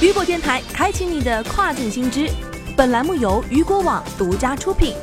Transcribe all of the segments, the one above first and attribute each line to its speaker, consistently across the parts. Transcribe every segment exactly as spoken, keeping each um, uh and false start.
Speaker 1: 雨果电台开启你的跨境新知，本栏目由雨果网独家出品。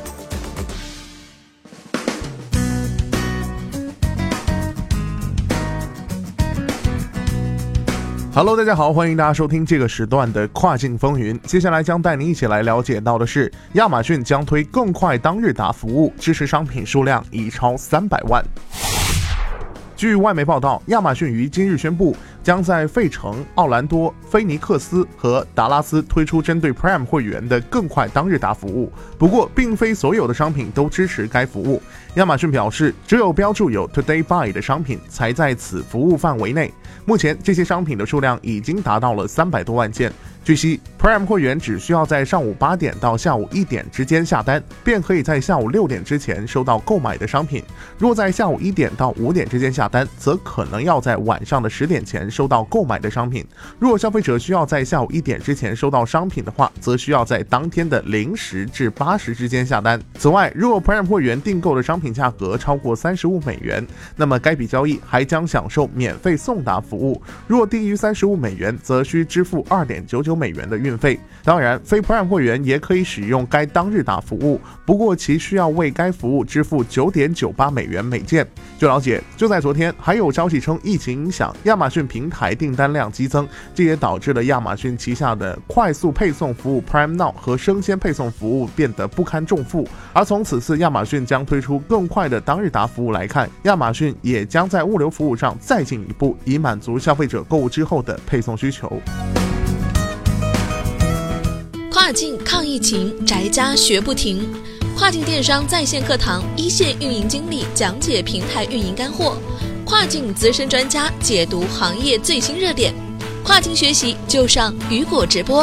Speaker 2: Hello， 大家好，欢迎大家收听这个时段的跨境风云。接下来将带您一起来了解到的是，亚马逊将推更快当日达服务，支持商品数量已超三百万。据外媒报道，亚马逊于今日宣布，将在费城、奥兰多、菲尼克斯和达拉斯推出针对 Prime 会员的更快当日达服务。不过，并非所有的商品都支持该服务。亚马逊表示，只有标注有 Today Buy 的商品才在此服务范围内。目前，这些商品的数量已经达到了三百多万件。据悉 ，Prime 会员只需要在上午八点到下午一点之间下单，便可以在下午六点之前收到购买的商品。若在下午一点到五点之间下单，则可能要在晚上的十点前收到购买的商品。若消费者需要在下午一点之前收到商品的话，则需要在当天的零时至八时之间下单。此外，若 Prime 会员订购的商品价格超过三十五美元，那么该笔交易还将享受免费送达服务。若低于三十五美元，则需支付 二点九九美元的运费。当然，非 Prime 会员也可以使用该当日达服务，不过其需要为该服务支付 九点九八美元每件。据了解，就在昨天，还有消息称疫情影响，亚马逊平台订单量激增，这也导致了亚马逊旗下的快速配送服务 Prime Now 和生鲜配送服务变得不堪重负。而从此次亚马逊将推出更快的当日达服务来看，亚马逊也将在物流服务上再进一步，以满足消费者购物之后的配送需求。
Speaker 3: 跨境抗疫情，宅家学不停。跨境电商在线课堂，一线运营经理讲解平台运营干货，跨境资深专家解读行业最新热点。跨境学习就上雨果直播。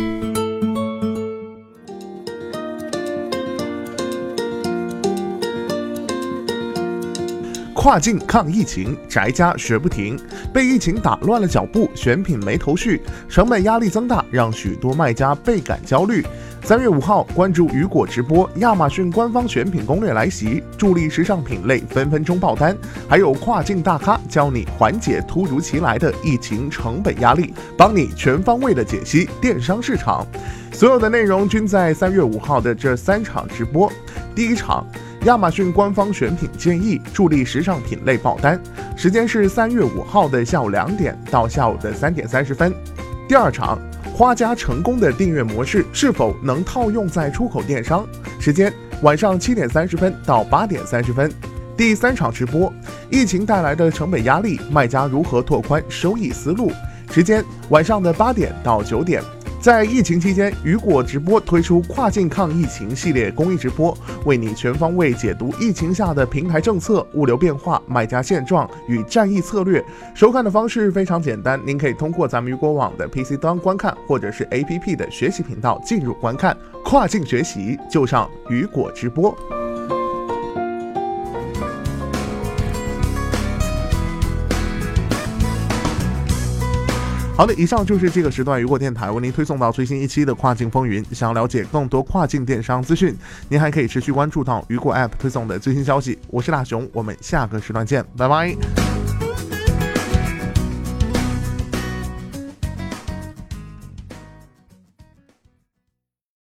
Speaker 2: 跨境抗疫情，宅家学不停。被疫情打乱了脚步，选品没头绪，成本压力增大，让许多卖家倍感焦虑。三月五号，关注雨果直播，亚马逊官方选品攻略来袭，助力时尚品类分分钟爆单，还有跨境大咖教你缓解突如其来的疫情成本压力，帮你全方位的解析电商市场。所有的内容均在三月五号的这三场直播。第一场，亚马逊官方选品建议，助力时尚品类爆单，时间是三月五号的下午两点到下午的三点三十分。第二场，花家成功的订阅模式是否能套用在出口电商，时间晚上七点三十分到八点三十分。第三场直播，疫情带来的成本压力，卖家如何拓宽收益思路，时间晚上的八点到九点。在疫情期间，雨果直播推出跨境抗疫情系列公益直播，为你全方位解读疫情下的平台政策、物流变化、卖家现状与战役策略。收看的方式非常简单，您可以通过咱们雨果网的 P C 端观看，或者是 A P P 的学习频道进入观看。跨境学习就上雨果直播。好的，以上就是这个时段雨果电台为您推送到最新一期的跨境风云。想要了解更多跨境电商资讯，您还可以持续关注到雨果 App 推送的最新消息。我是大熊，我们下个时段见，拜拜。